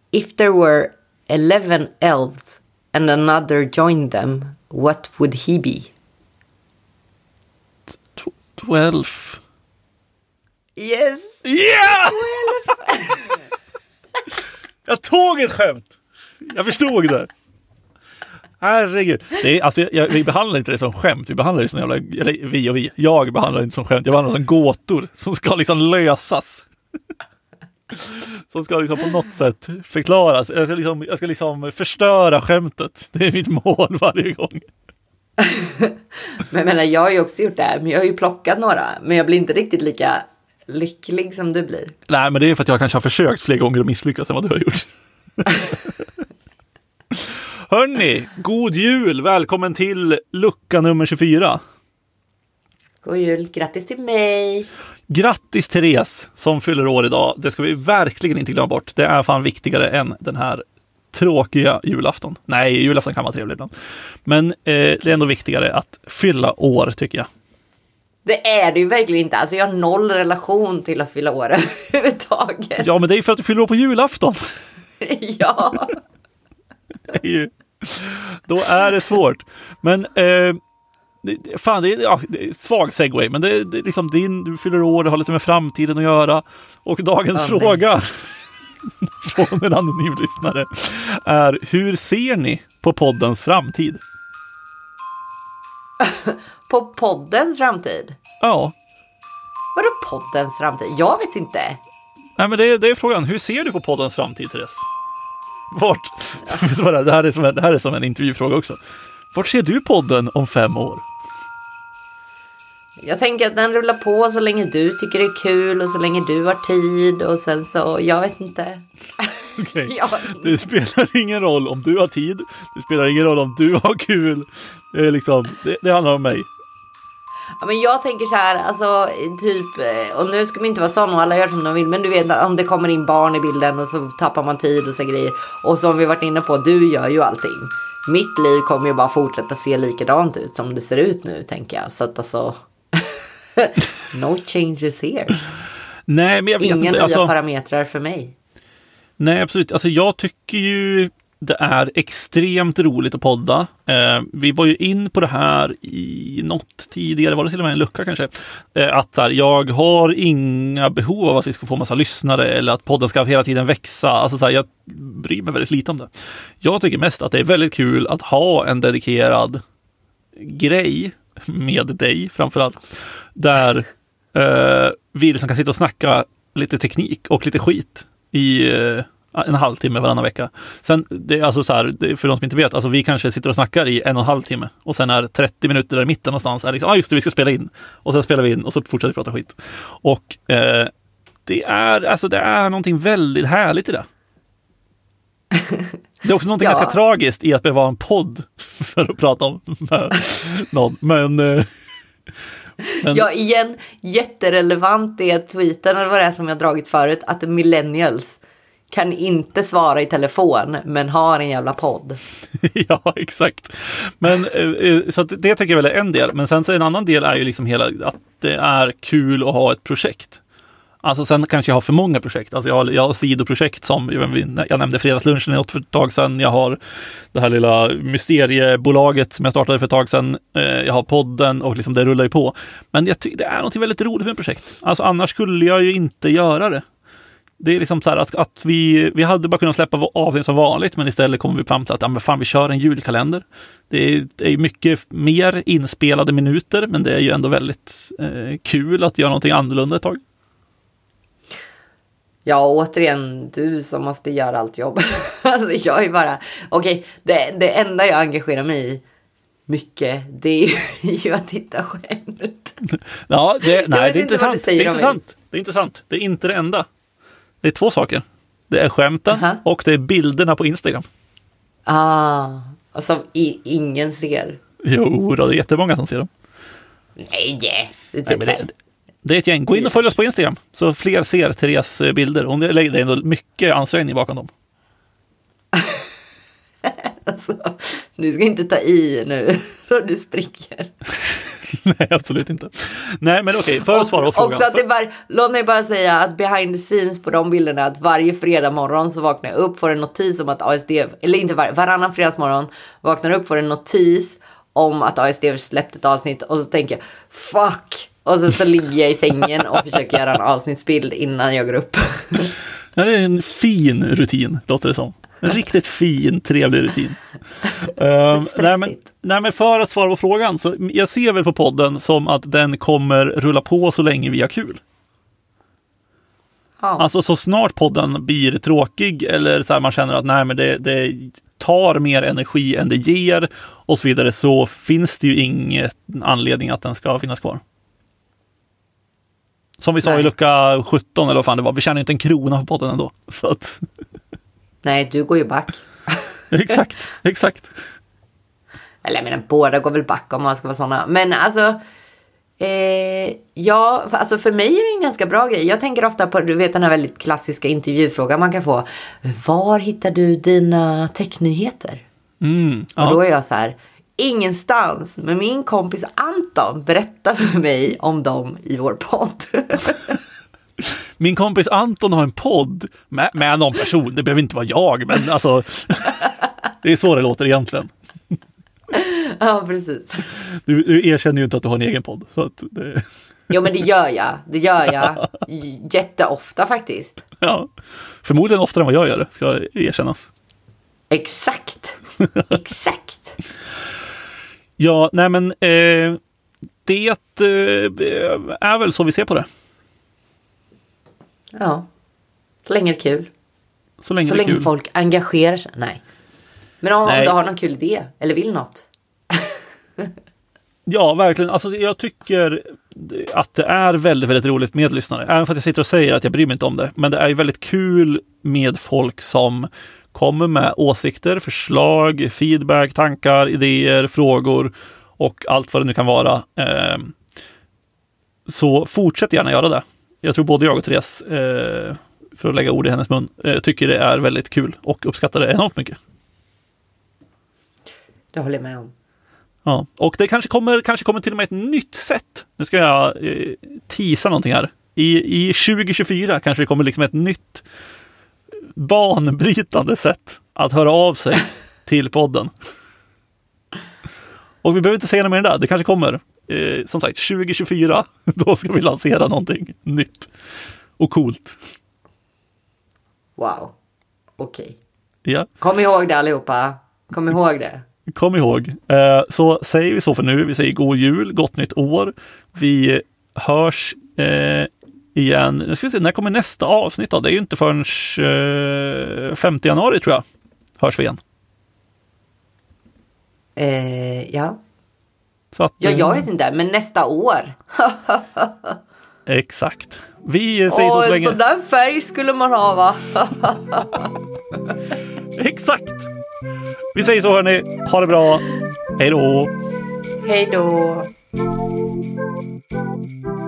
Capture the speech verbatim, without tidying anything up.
If there were eleven elves and another joined them, what would he be? T- twelve. Yes! Yeah! Jag tog ett skämt. Jag förstod det. Herregud. Det är, alltså, jag, vi behandlar inte det som skämt. Vi behandlar det som jävla... Eller vi och vi. Jag behandlar det inte som skämt. Jag behandlar det som gåtor som ska liksom lösas. Som ska liksom på något sätt förklaras. Jag ska liksom, jag ska liksom förstöra skämtet. Det är mitt mål varje gång. Men jag menar, jag har ju också gjort det här. Men jag har ju plockat några. Men jag blir inte riktigt lika lycklig som du blir. Nej, men det är för att jag kanske har försökt fler gånger och misslyckats än vad du har gjort. Hörrni, god jul! Välkommen till lucka nummer tjugofyra. God jul, grattis till mig! Grattis Therese som fyller år idag. Det ska vi verkligen inte glömma bort. Det är fan viktigare än den här tråkiga julafton. Nej, julafton kan vara trevlig ibland. Men eh, det är ändå viktigare att fylla år, tycker jag. Det är det ju verkligen inte. Alltså jag har noll relation till att fylla år överhuvudtaget. Ja, men det är ju för att du fyller år på julafton. Ja. Det är ju, då är det svårt. Men eh, det, fan, det är, ja, det är svag segway, men det, det är liksom din, du fyller år, det har lite med framtiden att göra. Och dagens ja, fråga från en anonym lyssnare är: hur ser ni på poddens framtid? På poddens framtid? Ja. Vadå poddens framtid? Jag vet inte. Nej, men det, det är frågan. Hur ser du på poddens framtid, Therese? Vart? Ja. Vet du vad det här är som en, det här är som en intervjufråga också. Vart ser du podden om fem år? Jag tänker att den rullar på så länge du tycker det är kul och så länge du har tid och sen så, jag vet inte. Okej. Ja. Det spelar ingen roll om du har tid. Det spelar ingen roll om du har kul. Det är liksom, det, det handlar om mig. Ja, men jag tänker så här, alltså typ, och nu ska man inte vara sån och alla gör som de vill, men du vet om det kommer in barn i bilden och så tappar man tid och så grejer. Och som vi varit inne på, du gör ju allting. Mitt liv kommer ju bara fortsätta se likadant ut som det ser ut nu, tänker jag. Så att alltså, no changes here. Nej, men jag vet Inga inte. nya Alltså, parametrar för mig. Nej, absolut. Alltså jag tycker ju det är extremt roligt att podda. Eh, vi var ju in på det här i något tidigare, var det till och med en lucka kanske. Eh, att här, jag har inga behov av att vi ska få massa lyssnare eller att podden ska hela tiden växa. Alltså så här, jag bryr mig väldigt lite om det. Jag tycker mest att det är väldigt kul att ha en dedikerad grej med dig framförallt. Där eh, vi liksom kan sitta och snacka lite teknik och lite skit i eh, en halvtimme varannan vecka. Sen, det är alltså så här, det är för de som inte vet, alltså vi kanske sitter och snackar i en och en halv timme och sen är trettio minuter där i mitten någonstans är liksom, ah just det, vi ska spela in. Och sen spelar vi in och så fortsätter vi prata skit. Och eh, det är, alltså det är någonting väldigt härligt i det. Det är också någonting ja. ganska tragiskt i att behöva en podd för att prata om någon. Men, eh, men... Ja, igen, jätterelevant är tweeten, eller vad det är som jag dragit förut, att millennials kan inte svara i telefon men har en jävla podd. Ja, exakt. Men så att det tycker jag väl är en del. Men sen så en annan del är ju liksom hela att det är kul att ha ett projekt. Alltså sen kanske jag har för många projekt. Alltså jag har, jag har sidoprojekt som jag, jag nämnde fredagslunchen i något för ett tag sedan. Jag har det här lilla mysteriebolaget som jag startade för ett tag sedan. Jag har podden och liksom det rullar ju på. Men jag tycker det är något väldigt roligt med projekt. Alltså annars skulle jag ju inte göra det. Det är liksom så här att, att vi, vi hade bara kunnat släppa avsnitt som vanligt, men istället kommer vi fram till att ja, men fan, vi kör en julkalender. Det är, det är mycket mer inspelade minuter, men det är ju ändå väldigt eh, kul att göra någonting annorlunda ett tag. Ja, återigen, du som måste göra allt jobb. Alltså jag är bara, okej, okay, det, det enda jag engagerar mig i mycket, det är ju att titta skämt. Ja, det, nej, det är inte sant. Det är inte sant. Det är inte sant. Det är inte det enda. Det är två saker. Det är skämten uh-huh. och det är bilderna på Instagram. Ah, och som i, ingen ser. Jo, det är jättemånga som ser dem. Nej, det är typ Nej, det, det är ett gäng. Gå in och följ oss på Instagram så fler ser Therese bilder. Hon lägger ändå mycket ansträngning bakom dem. Alltså, du ska inte ta i nu. Du spricker. Nej, absolut inte. Nej, men okej, för att svara på frågan. Också att det var, låt mig bara säga att behind the scenes på de bilderna, att varje fredag morgon så vaknar jag upp, får en notis om att A S D, eller inte var, varannan fredagsmorgon vaknar upp, får en notis om att A S D släppt ett avsnitt, och så tänker jag, fuck! Och så, så ligger jag i sängen och försöker göra en avsnittsbild innan jag går upp. Det är en fin rutin, låter det som. En riktigt fin, trevlig rutin. uh, nej, men, nej, men för att svara på frågan, så jag ser väl på podden som att den kommer rulla på så länge vi har kul. Ja. Alltså så snart podden blir tråkig, eller så här man känner att nej, men det, det tar mer energi än det ger och så vidare, så finns det ju ingen anledning att den ska finnas kvar. Som vi sa nej. I lucka sjutton, eller vad fan det var, vi tjänar inte en krona på podden ändå. Så att... Nej, du går ju back. Exakt, exakt. Eller jag menar, båda går väl back om man ska vara såna. Men alltså, eh, ja, alltså för mig är det en ganska bra grej. Jag tänker ofta på, du vet den här väldigt klassiska intervjufrågan man kan få. Var hittar du dina technyheter? Mm, ja. Och då är jag så här, ingenstans. Men min kompis Anton berättar för mig om dem i vår podd. Min kompis Anton har en podd med, med någon person. Det behöver inte vara jag, men alltså det är så det låter egentligen. Ja, precis. Du, du erkänner ju inte att du har en egen podd. Så att det... Jo, men det gör jag. Det gör jag jätteofta faktiskt. Ja, förmodligen oftare än vad jag gör det, ska erkännas. Exakt. Exakt. Ja, nej men eh, det eh, är väl så vi ser på det. Ja, så länge det är kul. Så länge, så det är länge kul. folk engagerar sig. Nej. Men om, om du har någon kul idé eller vill något. Ja, verkligen. Alltså, jag tycker att det är väldigt, väldigt roligt med lyssnare. Även för att jag sitter och säger att jag bryr mig inte om det. Men det är ju väldigt kul med folk som kommer med åsikter, förslag, feedback, tankar, idéer, frågor och allt vad det nu kan vara. Så fortsätt gärna göra det. Jag tror både jag och Therese, för att lägga ord i hennes mun, tycker det är väldigt kul och uppskattar det enormt mycket. Det håller jag med om. Ja, och det kanske kommer, kanske kommer till och med ett nytt sätt. Nu ska jag eh, teasa någonting här. I, I tjugo tjugofyra kanske det kommer liksom ett nytt banbrytande sätt att höra av sig till podden. Och vi behöver inte säga något mer än det. Det kanske kommer, eh, som sagt, tjugo tjugofyra. Då ska vi lansera någonting nytt och coolt. Wow. Okej. Okay. Ja. Kom ihåg det allihopa. Kom ihåg det. Kom ihåg. Eh, så säger vi så för nu. Vi säger god jul, gott nytt år. Vi hörs eh, igen. Nu ska vi se, när kommer nästa avsnitt då? Det är ju inte förrän eh, femte januari tror jag. Hörs vi igen. Eh, ja. Så att, ja, jag vet inte, men nästa år. Exakt. Vi säger Åh, så länge. En sån där färg skulle man ha, va? Exakt. Vi säger så hörni. Ha det bra. Hej då. Hej då.